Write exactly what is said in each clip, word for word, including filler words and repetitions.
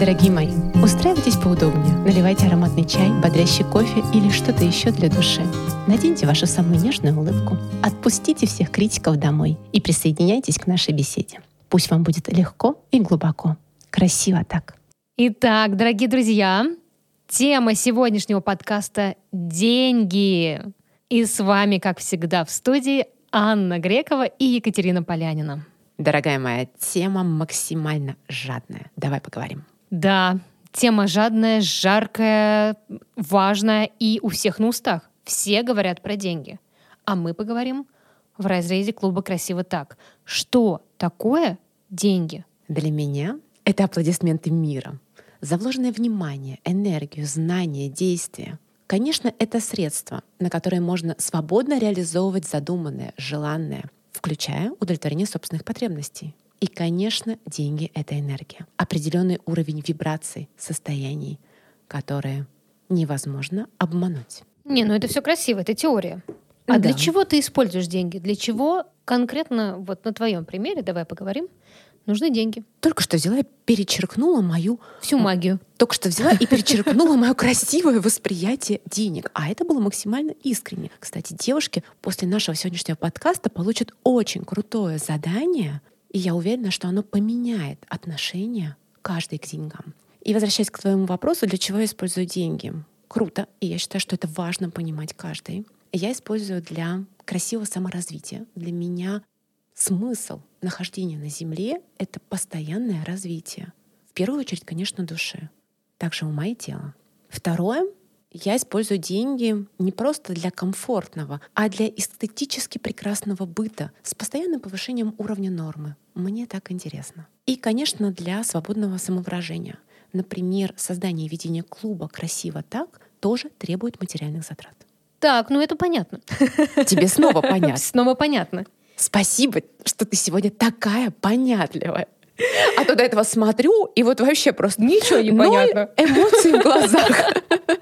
Дорогие мои, устраивайтесь поудобнее, наливайте ароматный чай, бодрящий кофе или что-то еще для души. Наденьте вашу самую нежную улыбку, отпустите всех критиков домой и присоединяйтесь к нашей беседе. Пусть вам будет легко и глубоко. Красиво так. Итак, дорогие друзья, тема сегодняшнего подкаста — деньги. И с вами, как всегда, в студии Анна Грекова и Екатерина Полянина. Дорогая моя, тема максимально жадная. Давай поговорим. Да, тема жадная, жаркая, важная и у всех на устах. Все говорят про деньги. А мы поговорим в разрезе клуба «Красиво так». Что такое деньги? Для меня это аплодисменты мира. За вложенное внимание, энергию, знания, действия. Конечно, это средства, на которые можно свободно реализовывать задуманное, желанное, включая удовлетворение собственных потребностей. И, конечно, деньги — это энергия. Определенный уровень вибраций, состояний, которые невозможно обмануть. Не, ну это все красиво, это теория. А Да. для чего ты используешь деньги? Для чего конкретно, вот на твоем примере, давай поговорим, нужны деньги? Только что взяла и перечеркнула мою... Всю магию. Только что взяла и перечеркнула мое красивое восприятие денег. А это было максимально искренне. Кстати, девушки после нашего сегодняшнего подкаста получат очень крутое задание, и я уверена, что оно поменяет отношение каждой к деньгам. И возвращаясь к твоему вопросу, для чего я использую деньги? Круто, и я считаю, что это важно понимать каждый. Я использую для красивого саморазвития. Для меня смысл нахождения на Земле — это постоянное развитие. В первую очередь, конечно, души, также ума и тела. Второе, я использую деньги не просто для комфортного, а для эстетически прекрасного быта с постоянным повышением уровня нормы. Мне так интересно. И, конечно, для свободного самовыражения. Например, создание и ведение клуба «Красиво так» тоже требует материальных затрат. Так, ну это понятно. Тебе снова понятно. Снова понятно. Спасибо, что ты сегодня такая понятливая. А то до этого смотрю, и вот вообще просто ничего не ноль понятно. Эмоций в глазах.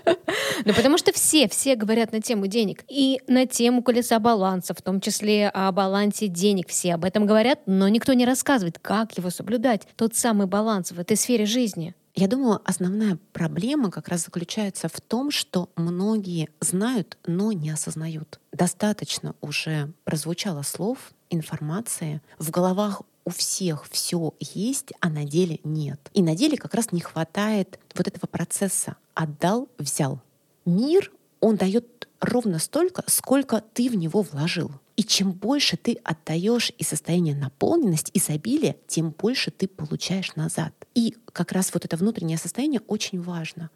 Ну, потому что все, все говорят на тему денег. И на тему колеса баланса, в том числе о балансе денег. Все об этом говорят, но никто не рассказывает, как его соблюдать. Тот самый баланс в этой сфере жизни. Я думаю, основная проблема как раз заключается в том, что многие знают, но не осознают. Достаточно уже прозвучало слов, информации. В головах у всех все есть, а на деле нет. И на деле как раз не хватает вот этого процесса «отдал, взял». Мир, он дает ровно столько, сколько ты в него вложил. И чем больше ты отдаешь из состояния наполненности, изобилия, тем больше ты получаешь назад. И как раз вот это внутреннее состояние очень важно.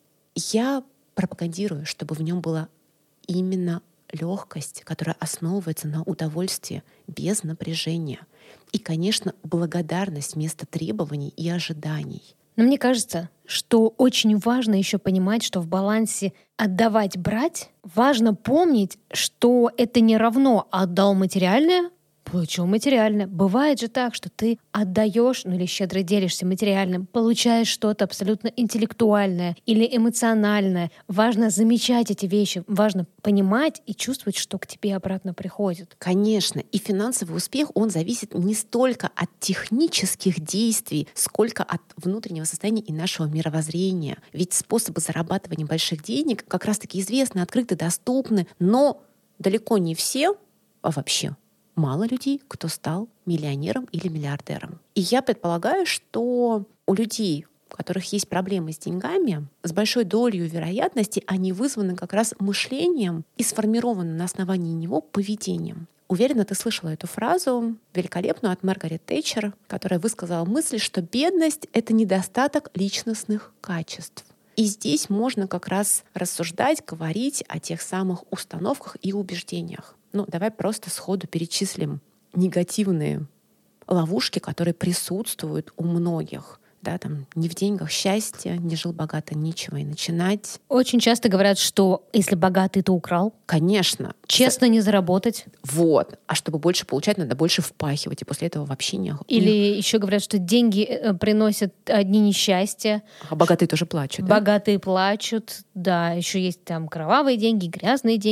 Я пропагандирую, чтобы в нем была именно легкость, которая основывается на удовольствии, без напряжения. И, конечно, благодарность вместо требований и ожиданий. Но мне кажется, что очень важно еще понимать, что в балансе отдавать-брать важно помнить, что это не равно отдал материальное, получил материальное. Бывает же так, что ты отдаешь, ну или щедро делишься материальным, получаешь что-то абсолютно интеллектуальное или эмоциональное. Важно замечать эти вещи, важно понимать и чувствовать, что к тебе обратно приходит. Конечно, и финансовый успех, он зависит не столько от технических действий, сколько от внутреннего состояния и нашего мировоззрения. Ведь способы зарабатывания больших денег как раз-таки известны, открыты, доступны, но далеко не все, а вообще мало людей, кто стал миллионером или миллиардером. И я предполагаю, что у людей, у которых есть проблемы с деньгами, с большой долей вероятности они вызваны как раз мышлением и сформированы на основании него поведением. Уверена, ты слышала эту фразу великолепную от Маргарет Тэтчер, которая высказала мысль, что бедность — это недостаток личностных качеств. И здесь можно как раз рассуждать, говорить о тех самых установках и убеждениях. Ну, давай просто сходу перечислим негативные ловушки, которые присутствуют у многих. Да, там, не в деньгах счастье, не жил богато, нечего и начинать. Очень часто говорят, что если богатый, то украл. Конечно. Честно не заработать. Вот. А чтобы больше получать, надо больше впахивать, и после этого вообще не... Или еще говорят, что деньги приносят одни несчастья. А богатые тоже плачут, Богатые да? плачут, да. Еще есть там кровавые деньги, грязные деньги.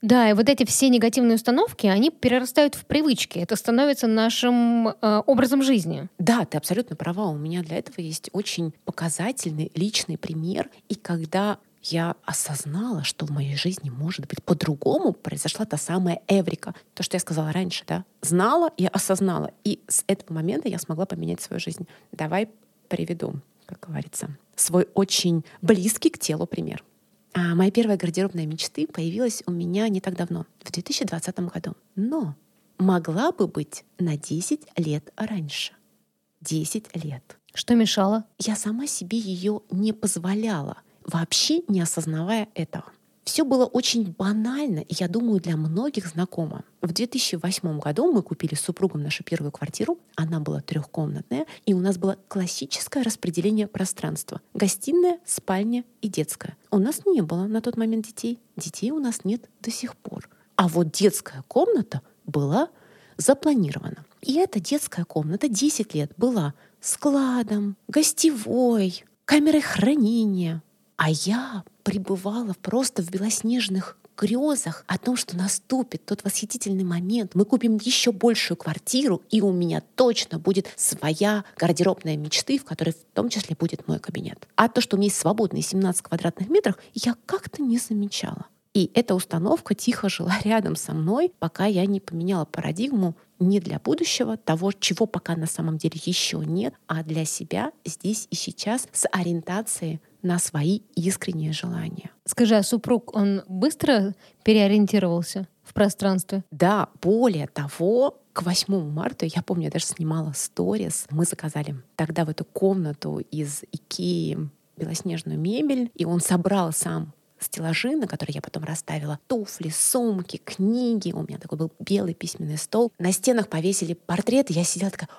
Да, и вот эти все негативные установки, они перерастают в привычки. Это становится нашим э, образом жизни. Да, ты абсолютно права. У меня для этого есть очень показательный личный пример. И когда я осознала, что в моей жизни может быть по-другому, произошла та самая эврика. То, что я сказала раньше, да. Знала и осознала. И с этого момента я смогла поменять свою жизнь. Давай приведу, как говорится, свой очень близкий к телу пример. А моя первая гардеробная мечты появилась у меня не так давно, в две тысячи двадцатом году. Но могла бы быть на десять лет раньше. десять лет. Что мешало? Я сама себе ее не позволяла, вообще не осознавая этого. Все было очень банально, и я думаю, для многих знакомо. В две тысячи восьмом году мы купили с супругом нашу первую квартиру. Она была трехкомнатная, и у нас было классическое распределение пространства. Гостиная, спальня и детская. У нас не было на тот момент детей. Детей у нас нет до сих пор. А вот детская комната была запланирована. И эта детская комната десять лет была складом, гостевой, камерой хранения. А я пребывала просто в белоснежных грезах о том, что наступит тот восхитительный момент. Мы купим еще большую квартиру, и у меня точно будет своя гардеробная мечты, в которой в том числе будет мой кабинет. А то, что у меня есть свободные семнадцать квадратных метров, я как-то не замечала. И эта установка тихо жила рядом со мной, пока я не поменяла парадигму не для будущего, того, чего пока на самом деле еще нет, а для себя здесь и сейчас с ориентацией на свои искренние желания. Скажи, а супруг, он быстро переориентировался в пространстве? Да, более того, к восьмому марта, я помню, я даже снимала сторис, мы заказали тогда в эту комнату из Икеи белоснежную мебель, и он собрал сам стеллажи, на которые я потом расставила туфли, сумки, книги. У меня такой был белый письменный стол. На стенах повесили портреты. Я сидела такая: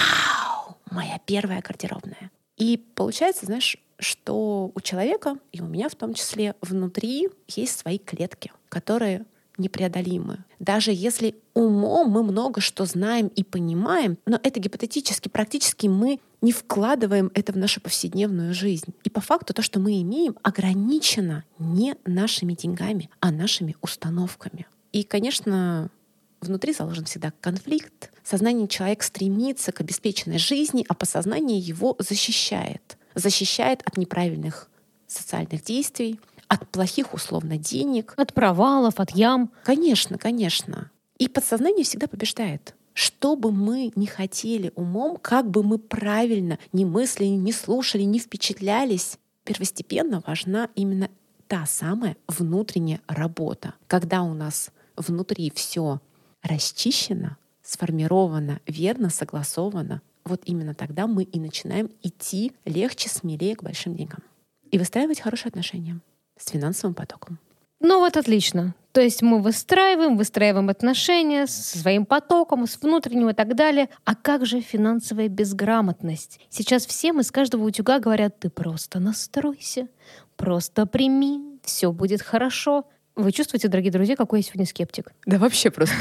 вау, моя первая гардеробная. И получается, знаешь, что у человека, и у меня в том числе, внутри есть свои клетки, которые непреодолимы. Даже если умом мы много что знаем и понимаем, но это гипотетически, практически мы не вкладываем это в нашу повседневную жизнь. И по факту то, что мы имеем, ограничено не нашими деньгами, а нашими установками. И, конечно, внутри заложен всегда конфликт. Сознание человека стремится к обеспеченной жизни, а подсознание его защищает. Защищает от неправильных социальных действий, от плохих условно денег. От провалов, от ям. Конечно, конечно. И подсознание всегда побеждает. Что бы мы ни хотели умом, как бы мы правильно ни мыслили, ни слушали, ни впечатлялись, первостепенно важна именно та самая внутренняя работа. Когда у нас внутри все расчищено, сформировано, верно, согласовано, вот именно тогда мы и начинаем идти легче, смелее к большим деньгам. И выстраивать хорошие отношения с финансовым потоком. Ну вот отлично. То есть мы выстраиваем, выстраиваем отношения со своим потоком, с внутренним и так далее. А как же финансовая безграмотность? Сейчас всем из каждого утюга говорят: ты просто настройся, просто прими, все будет хорошо. Вы чувствуете, дорогие друзья, какой я сегодня скептик? Да вообще просто.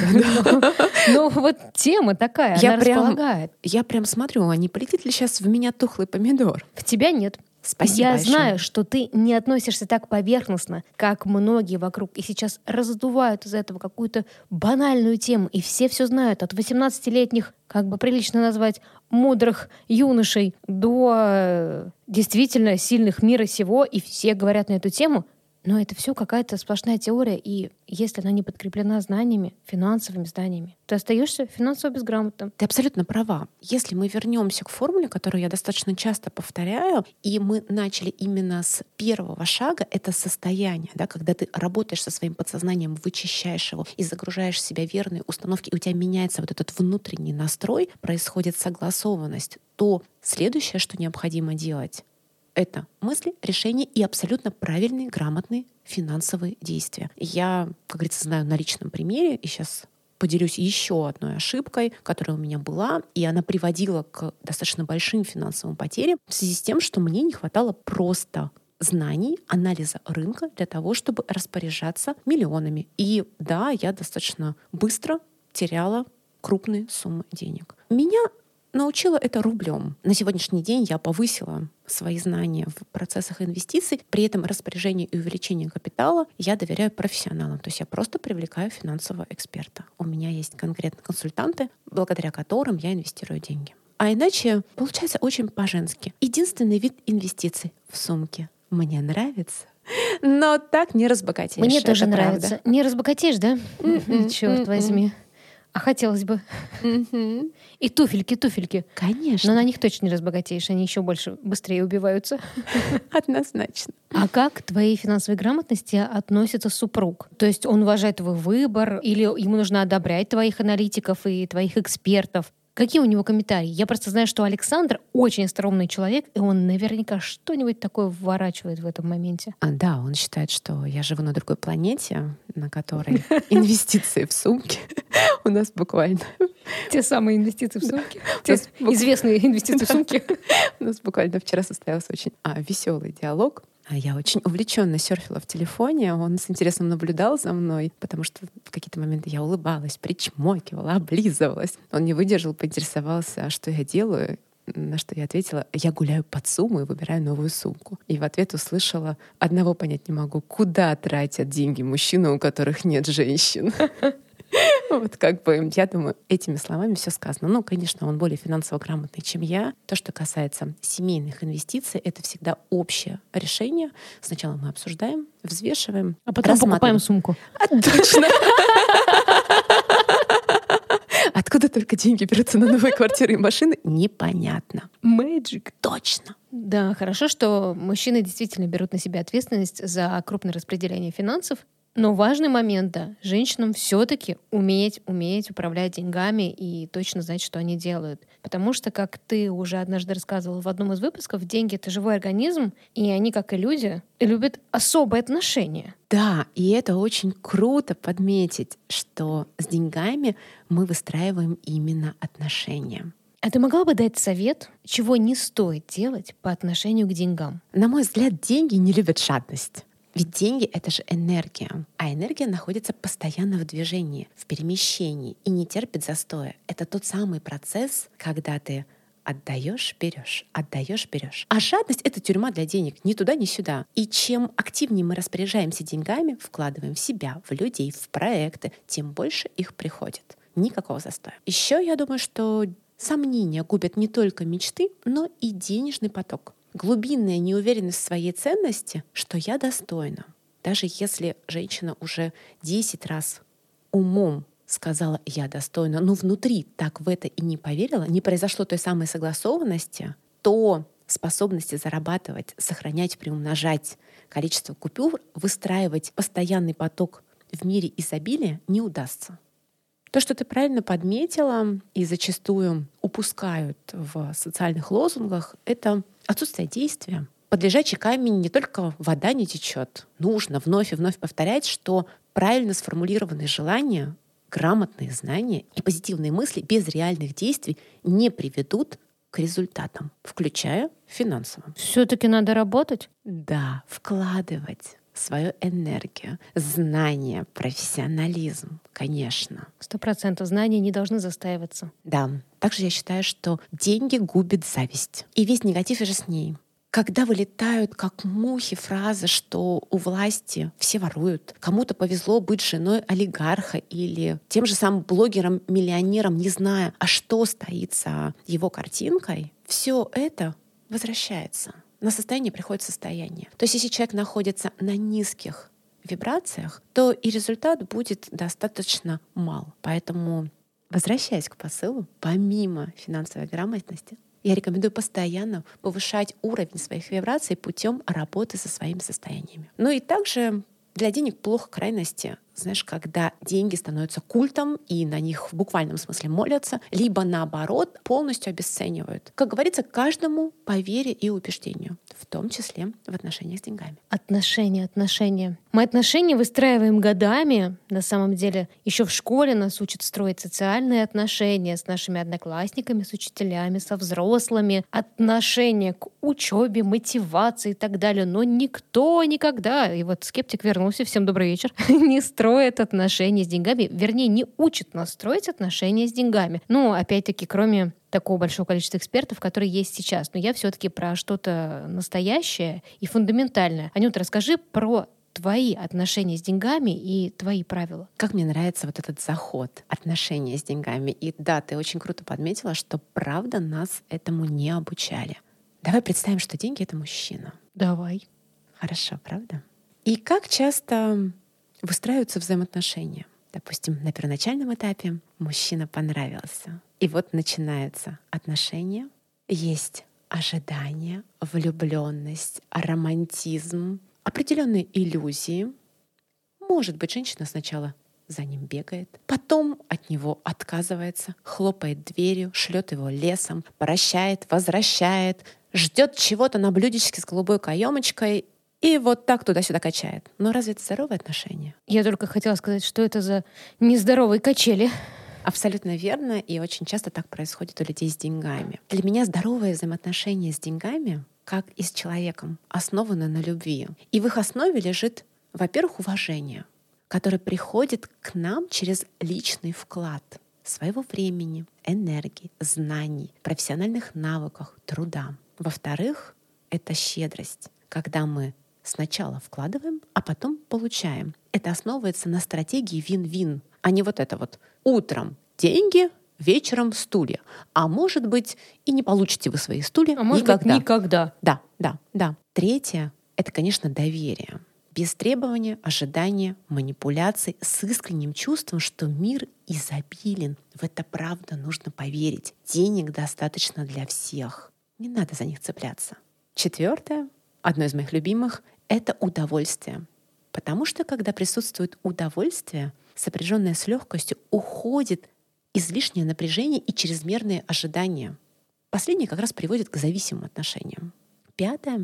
Ну вот тема такая, она располагает. Я прям смотрю, а не полетит ли сейчас в меня тухлый помидор? В тебя нет. Спасибо Я большое. знаю, что ты не относишься так поверхностно, как многие вокруг, и сейчас раздувают из этого какую-то банальную тему, и все все знают, от восемнадцатилетних, как бы прилично назвать, мудрых юношей до э, действительно сильных мира сего, и все говорят на эту тему. Но это все какая-то сплошная теория, и если она не подкреплена знаниями, финансовыми знаниями, ты остаешься финансово безграмотным. Ты абсолютно права. Если мы вернемся к формуле, которую я достаточно часто повторяю, и мы начали именно с первого шага, это состояние, да, когда ты работаешь со своим подсознанием, вычищаешь его и загружаешь в себя верные установки, и у тебя меняется вот этот внутренний настрой, происходит согласованность, то следующее, что необходимо делать, это мысли, решения и абсолютно правильные, грамотные финансовые действия. Я, как говорится, знаю на личном примере, и сейчас поделюсь еще одной ошибкой, которая у меня была, и она приводила к достаточно большим финансовым потерям в связи с тем, что мне не хватало просто знаний, анализа рынка для того, чтобы распоряжаться миллионами. И да, я достаточно быстро теряла крупные суммы денег. Меня научила это рублем. На сегодняшний день я повысила свои знания в процессах инвестиций, при этом распоряжение и увеличение капитала я доверяю профессионалам. То есть я просто привлекаю финансового эксперта. У меня есть конкретные консультанты, благодаря которым я инвестирую деньги. А иначе получается очень по-женски. Единственный вид инвестиций в сумке. Мне нравится. Но так не разбогатеешь. Мне тоже это нравится. правда. Не разбогатеешь, да? М-м, Черт м-м. возьми. А хотелось бы. Мгм. И туфельки, туфельки. Конечно. Но на них точно не разбогатеешь, они еще больше, быстрее убиваются. Однозначно. А как к твоей финансовой грамотности относится супруг? То есть он уважает твой выбор или ему нужно одобрять твоих аналитиков и твоих экспертов? Какие у него комментарии? Я просто знаю, что Александр очень остроумный человек, и он наверняка что-нибудь такое вворачивает в этом моменте. А, да, он считает, что я живу на другой планете, на которой инвестиции в сумки у нас буквально... Те самые инвестиции в сумки. У Те нас бук- известные инвестиции в сумки. У нас буквально вчера состоялся очень веселый диалог. А Я очень увлеченно серфила в телефоне. Он с интересом наблюдал за мной, потому что в какие-то моменты я улыбалась, причмокивала, облизывалась. Он не выдержал, поинтересовался, а что я делаю. На что я ответила: я гуляю под сумму и выбираю новую сумку. И в ответ услышала: одного понять не могу, куда тратят деньги мужчины, у которых нет женщин. Вот как бы, я думаю, этими словами все сказано. Ну, конечно, он более финансово грамотный, чем я. То, что касается семейных инвестиций, это всегда общее решение. Сначала мы обсуждаем, взвешиваем, А потом покупаем рассматриваем. сумку. А, точно. Откуда только деньги берутся на новые квартиры и машины, непонятно. Magic. Точно. Да, хорошо, что мужчины действительно берут на себя ответственность за крупное распределение финансов. Но важный момент, да, женщинам все-таки уметь, уметь управлять деньгами и точно знать, что они делают. Потому что, как ты уже однажды рассказывала в одном из выпусков, деньги — это живой организм, и они, как и люди, любят особое отношение. Да, и это очень круто подметить, что с деньгами мы выстраиваем именно отношения. А ты могла бы дать совет, чего не стоит делать по отношению к деньгам? На мой взгляд, деньги не любят жадность. Ведь деньги — это же энергия. А энергия находится постоянно в движении, в перемещении и не терпит застоя. Это тот самый процесс, когда ты отдаешь, берешь, отдаешь, берешь. А жадность — это тюрьма для денег, ни туда, ни сюда. И чем активнее мы распоряжаемся деньгами, вкладываем в себя, в людей, в проекты, тем больше их приходит. Никакого застоя. Еще я думаю, что сомнения губят не только мечты, но и денежный поток. Глубинная неуверенность в своей ценности, что я достойна. Даже если женщина уже десять раз умом сказала «я достойна», но внутри так в это и не поверила, не произошло той самой согласованности, то способности зарабатывать, сохранять, приумножать количество купюр, выстраивать постоянный поток в мире изобилия не удастся. То, что ты правильно подметила и зачастую упускают в социальных лозунгах, это отсутствие действия. Под лежачий камень не только вода не течет. Нужно вновь и вновь повторять, что правильно сформулированные желания, грамотные знания и позитивные мысли без реальных действий не приведут к результатам, включая финансовым. Все-таки надо работать? Да, вкладывать свою энергию, знания, профессионализм, конечно. Сто процентов знания не должны застаиваться. Да. Также я считаю, что деньги губит зависть. И весь негатив же с ней. Когда вылетают как мухи фразы, что у власти все воруют, кому-то повезло быть женой олигарха или тем же самым блогером-миллионером, не зная, а что стоит за его картинкой, все это возвращается. На состояние приходит состояние. То есть если человек находится на низких вибрациях, то и результат будет достаточно мал. Поэтому, возвращаясь к посылу, помимо финансовой грамотности, я рекомендую постоянно повышать уровень своих вибраций путем работы со своими состояниями. Ну и также для денег плохо крайности. Знаешь, когда деньги становятся культом и на них в буквальном смысле молятся, либо наоборот полностью обесценивают. Как говорится, каждому по вере и убеждению, в том числе в отношениях с деньгами. Отношения, отношения. Мы отношения выстраиваем годами. На самом деле, еще в школе нас учат строить социальные отношения с нашими одноклассниками, с учителями, со взрослыми, отношения к учебе, мотивации и так далее. Но никто никогда, и вот скептик вернулся, всем добрый вечер, не строит строят отношения с деньгами, вернее, не учат нас строить отношения с деньгами. Ну, опять-таки, кроме такого большого количества экспертов, которые есть сейчас. Но я все-таки про что-то настоящее и фундаментальное. Анюта, расскажи про твои отношения с деньгами и твои правила. Как мне нравится вот этот заход, отношения с деньгами. И да, ты очень круто подметила, что правда нас этому не обучали. Давай представим, что деньги — это мужчина. Давай. Хорошо, правда? И как часто выстраиваются взаимоотношения? Допустим, на первоначальном этапе мужчина понравился. И вот начинаются отношения. Есть ожидания, влюбленность, романтизм, определенные иллюзии. Может быть, женщина сначала за ним бегает, потом от него отказывается, хлопает дверью, шлет его лесом, прощает, возвращает, ждет чего-то на блюдечке с голубой каемочкой и вот так туда-сюда качает. Но разве это здоровые отношения? Я только хотела сказать, что это за нездоровые качели. Абсолютно верно, и очень часто так происходит у людей с деньгами. Для меня здоровые взаимоотношения с деньгами, как и с человеком, основаны на любви. И в их основе лежит, во-первых, уважение, которое приходит к нам через личный вклад своего времени, энергии, знаний, профессиональных навыков, труда. Во-вторых, это щедрость, когда мы сначала вкладываем, а потом получаем. Это основывается на стратегии вин-вин, а не вот это вот утром деньги, вечером стулья. А может быть, и не получите вы свои стулья а может никогда. Быть, никогда. Да, да, да. Третье — это, конечно, доверие. Без требования, ожидания, манипуляций, с искренним чувством, что мир изобилен. В это правда нужно поверить. Денег достаточно для всех. Не надо за них цепляться. Четвертое, одно из моих любимых, это удовольствие. Потому что, когда присутствует удовольствие, сопряженное с легкостью, уходит излишнее напряжение и чрезмерные ожидания. Последнее как раз приводит к зависимым отношениям. Пятое,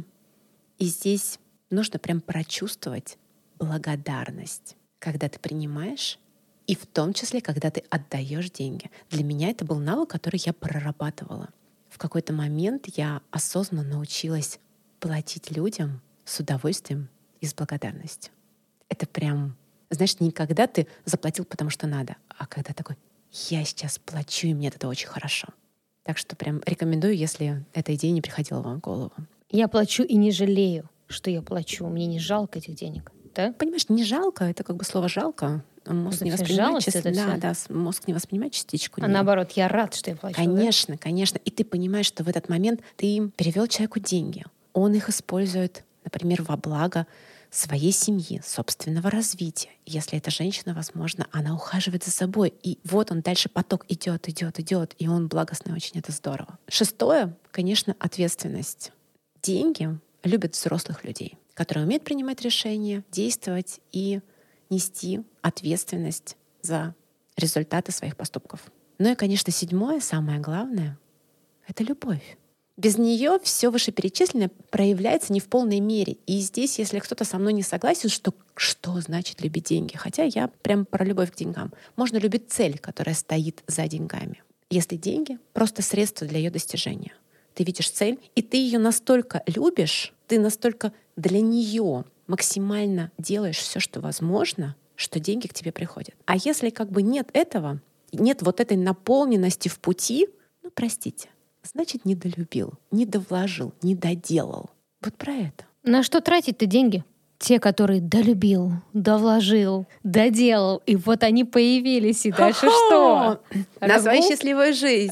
и здесь нужно прям прочувствовать благодарность, когда ты принимаешь, и в том числе, когда ты отдаешь деньги. Для меня это был навык, который я прорабатывала. В какой-то момент я осознанно научилась платить людям с удовольствием и с благодарностью. Это прям, знаешь, не когда ты заплатил, потому что надо, а когда такой: я сейчас плачу, и мне от этого очень хорошо. Так что прям рекомендую, если эта идея не приходила вам в голову. Я плачу и не жалею, что я плачу. Мне не жалко этих денег. Да? Понимаешь, не жалко, это как бы слово «жалко». Мозг это не все воспринимает жалость, части... это да, все. да, мозг не воспринимает частичку. А не. наоборот, я рад, что я плачу. Конечно, да? конечно. И ты понимаешь, что в этот момент ты перевел человеку деньги. Он их использует, например, во благо своей семьи, собственного развития. Если это женщина, возможно, она ухаживает за собой. И вот он дальше поток идет, идет, идет, и он благостный очень, это здорово. Шестое, конечно, ответственность. Деньги любят взрослых людей, которые умеют принимать решения, действовать и нести ответственность за результаты своих поступков. Ну и, конечно, седьмое, самое главное — это любовь. Без нее все вышеперечисленное проявляется не в полной мере. И здесь, если кто-то со мной не согласен, что что значит любить деньги, хотя я прям про любовь к деньгам. Можно любить цель, которая стоит за деньгами. Если деньги — просто средство для ее достижения. Ты видишь цель, и ты ее настолько любишь, ты настолько для нее максимально делаешь все, что возможно, что деньги к тебе приходят. А если как бы нет этого, нет вот этой наполненности в пути, ну, простите, значит, недолюбил, недовложил, недоделал. Вот про это. На что тратить-то деньги? Те, которые долюбил, довложил, доделал, и вот они появились, и дальше что? На свою счастливую жизнь,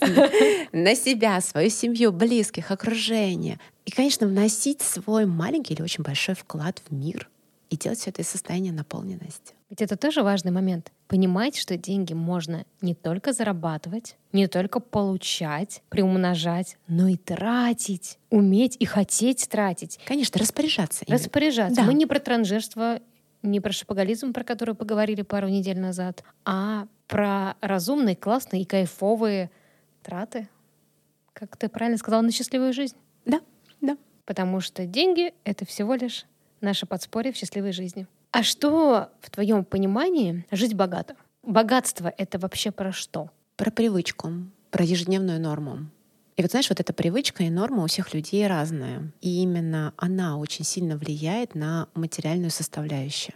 на себя, свою семью, близких, окружение. И, конечно, вносить свой маленький или очень большой вклад в мир и делать все это из состояния наполненности. Ведь это тоже важный момент. Понимать, что деньги можно не только зарабатывать, не только получать, приумножать, но и тратить. Уметь и хотеть тратить. Конечно, распоряжаться. Распоряжаться. Да. Мы не про транжирство, не про шопоголизм, про который поговорили пару недель назад, а про разумные, классные и кайфовые траты. Как ты правильно сказала, на счастливую жизнь. Да, да. Потому что деньги — это всего лишь наше подспорье в счастливой жизни. А что, в твоем понимании, жить богато? Богатство — это вообще про что? Про привычку, про ежедневную норму. И вот знаешь, вот эта привычка и норма у всех людей разная. И именно она очень сильно влияет на материальную составляющую.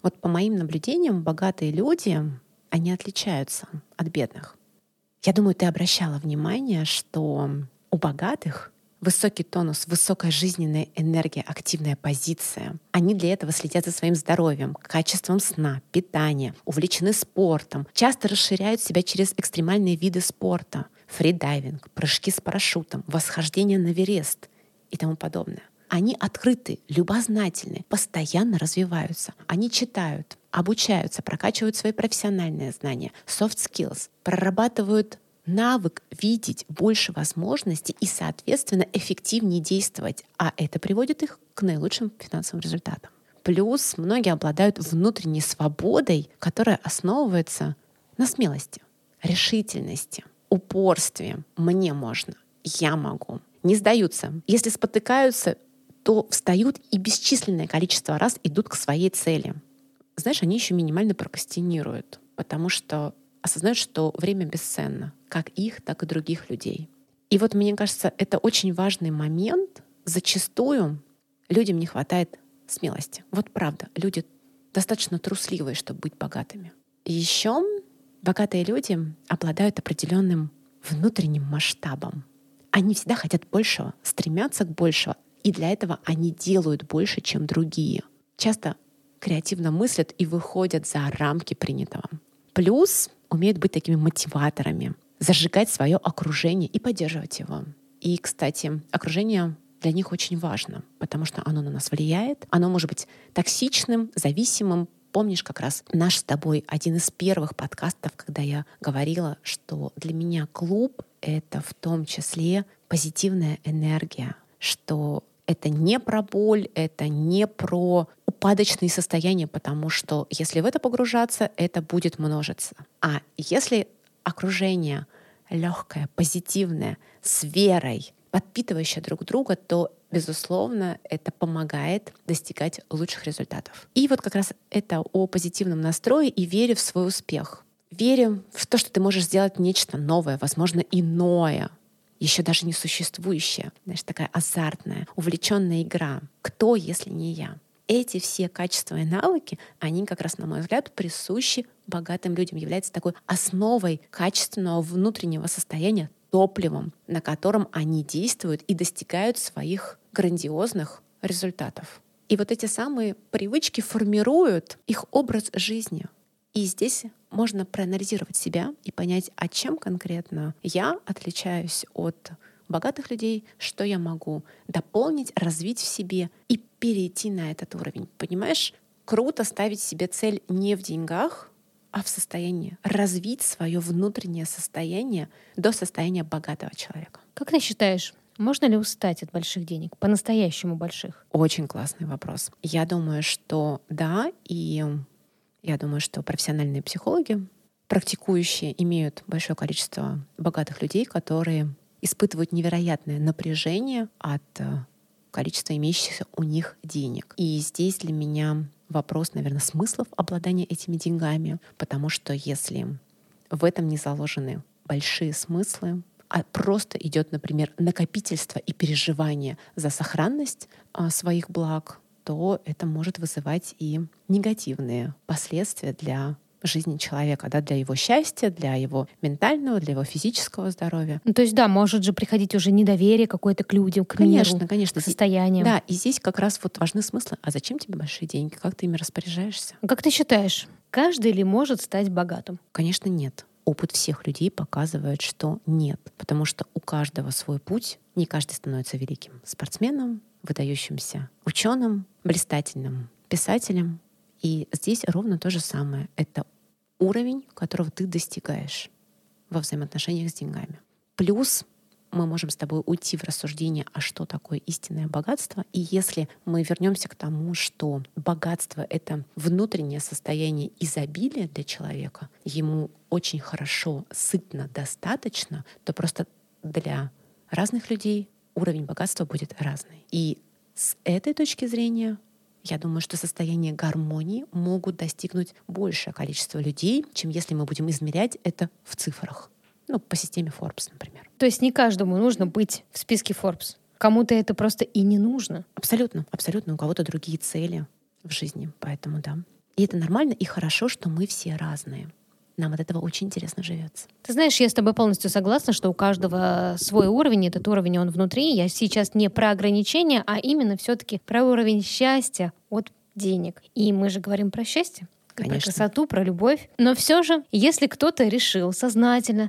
Вот по моим наблюдениям, богатые люди, они отличаются от бедных. Я думаю, ты обращала внимание, что у богатых высокий тонус, высокая жизненная энергия, активная позиция. Они для этого следят за своим здоровьем, качеством сна, питания, увлечены спортом, часто расширяют себя через экстремальные виды спорта, фридайвинг, прыжки с парашютом, восхождение на Эверест и тому подобное. Они открыты, любознательны, постоянно развиваются. Они читают, обучаются, прокачивают свои профессиональные знания, soft skills, прорабатывают навык видеть больше возможностей и, соответственно, эффективнее действовать. А это приводит их к наилучшим финансовым результатам. Плюс многие обладают внутренней свободой, которая основывается на смелости, решительности, упорстве. Мне можно, я могу. Не сдаются. Если спотыкаются, то встают и бесчисленное количество раз идут к своей цели. Знаешь, они еще минимально прокрастинируют, потому что осознают, что время бесценно, как их, так и других людей. И вот мне кажется, это очень важный момент. Зачастую людям не хватает смелости. Вот правда, люди достаточно трусливые, чтобы быть богатыми. И еще богатые люди обладают определенным внутренним масштабом. Они всегда хотят большего, стремятся к большему, и для этого они делают больше, чем другие. Часто креативно мыслят и выходят за рамки принятого. Плюс умеют быть такими мотиваторами, зажигать свое окружение и поддерживать его. И, кстати, окружение для них очень важно, потому что оно на нас влияет. Оно может быть токсичным, зависимым. Помнишь как раз наш с тобой один из первых подкастов, когда я говорила, что для меня клуб — это в том числе позитивная энергия, что это не про боль, это не про упадочные состояния, потому что если в это погружаться, это будет множиться. А если окружение легкое, позитивное, с верой, подпитывающее друг друга, то, безусловно, это помогает достигать лучших результатов. И вот как раз это о позитивном настрое и вере в свой успех. Вере в то, что ты можешь сделать нечто новое, возможно, иное, еще даже не существующая, знаешь, такая азартная, увлеченная игра. Кто, если не я? Эти все качества и навыки, они как раз, на мой взгляд, присущи богатым людям, являются такой основой качественного внутреннего состояния, топливом, на котором они действуют и достигают своих грандиозных результатов. И вот эти самые привычки формируют их образ жизни. И здесь можно проанализировать себя и понять, а чем конкретно я отличаюсь от богатых людей, что я могу дополнить, развить в себе и перейти на этот уровень. Понимаешь, круто ставить себе цель не в деньгах, а в состоянии развить свое внутреннее состояние до состояния богатого человека. Как ты считаешь, можно ли устать от больших денег, по-настоящему больших? Очень классный вопрос. Я думаю, что да, и я думаю, что профессиональные психологи, практикующие, имеют большое количество богатых людей, которые испытывают невероятное напряжение от количества имеющихся у них денег. И здесь для меня вопрос, наверное, смыслов обладания этими деньгами, потому что если в этом не заложены большие смыслы, а просто идет, например, накопительство и переживание за сохранность а, своих благ, то это может вызывать и негативные последствия для жизни человека, да, для его счастья, для его ментального, для его физического здоровья. Ну, то есть, да, может же приходить уже недоверие какое-то к людям, к конечно, миру, конечно. к состояниям. Да, и здесь как раз вот важны смыслы. А зачем тебе большие деньги? Как ты ими распоряжаешься? Как ты считаешь, каждый ли может стать богатым? Конечно, нет. Опыт всех людей показывает, что нет. Потому что у каждого свой путь. Не каждый становится великим спортсменом, выдающимся ученым, блистательным писателем. И здесь ровно то же самое. Это уровень, которого ты достигаешь во взаимоотношениях с деньгами. Плюс мы можем с тобой уйти в рассуждение, а что такое истинное богатство. И если мы вернемся к тому, что богатство — это внутреннее состояние изобилия для человека, ему очень хорошо, сытно, достаточно, то просто для разных людей уровень богатства будет разный. И с этой точки зрения я думаю, что состояние гармонии могут достигнуть большее количество людей, чем если мы будем измерять это в цифрах. Ну, по системе Forbes, например. То есть не каждому нужно быть в списке Forbes. Кому-то это просто и не нужно. Абсолютно, абсолютно. У кого-то другие цели в жизни, поэтому да. И это нормально и хорошо, что мы все разные. Нам от этого очень интересно живется. Ты знаешь, я с тобой полностью согласна, что у каждого свой уровень, этот уровень, он внутри. Я сейчас не про ограничения, а именно все-таки про уровень счастья от денег. И мы же говорим про счастье. Конечно. Про красоту, про любовь. Но все же, если кто-то решил сознательно,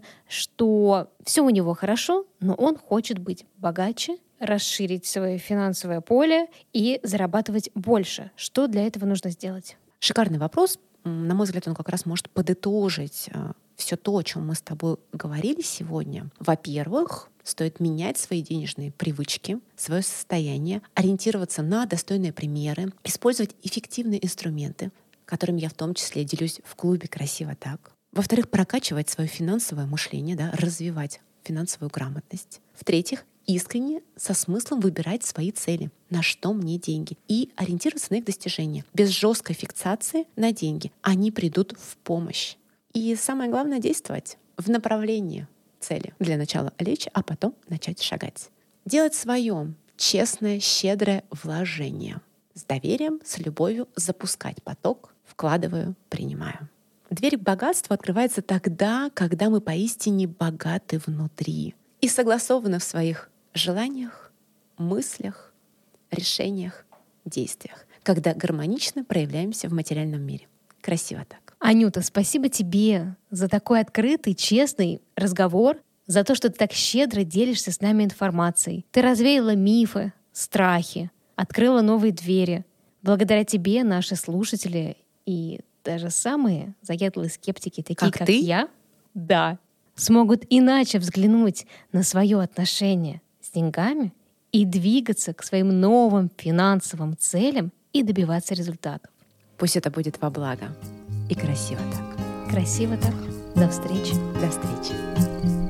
что все у него хорошо, но он хочет быть богаче, расширить свое финансовое поле и зарабатывать больше, что для этого нужно сделать? Шикарный вопрос. На мой взгляд, он как раз может подытожить все то, о чем мы с тобой говорили сегодня. Во-первых, стоит менять свои денежные привычки, свое состояние, ориентироваться на достойные примеры, использовать эффективные инструменты, которыми я в том числе делюсь в клубе «Красиво так». Во-вторых, прокачивать свое финансовое мышление, да, развивать финансовую грамотность. В-третьих, искренне, со смыслом выбирать свои цели, на что мне деньги, и ориентироваться на их достижение. Без жесткой фиксации на деньги. Они придут в помощь. И самое главное — действовать в направлении цели. Для начала лечь, а потом начать шагать. Делать свое честное, щедрое вложение. С доверием, с любовью запускать поток. Вкладываю, принимаю. Дверь к богатству открывается тогда, когда мы поистине богаты внутри и согласованы в своих желаниях, мыслях, решениях, действиях, когда гармонично проявляемся в материальном мире. Красиво так. Анюта, спасибо тебе за такой открытый, честный разговор, за то, что ты так щедро делишься с нами информацией. Ты развеяла мифы, страхи, открыла новые двери. Благодаря тебе наши слушатели и даже самые заядлые скептики, такие как, как ты? я, да, смогут иначе взглянуть на свое отношение с деньгами и двигаться к своим новым финансовым целям и добиваться результатов. Пусть это будет во благо. И красиво так. Красиво так. До встречи. До встречи.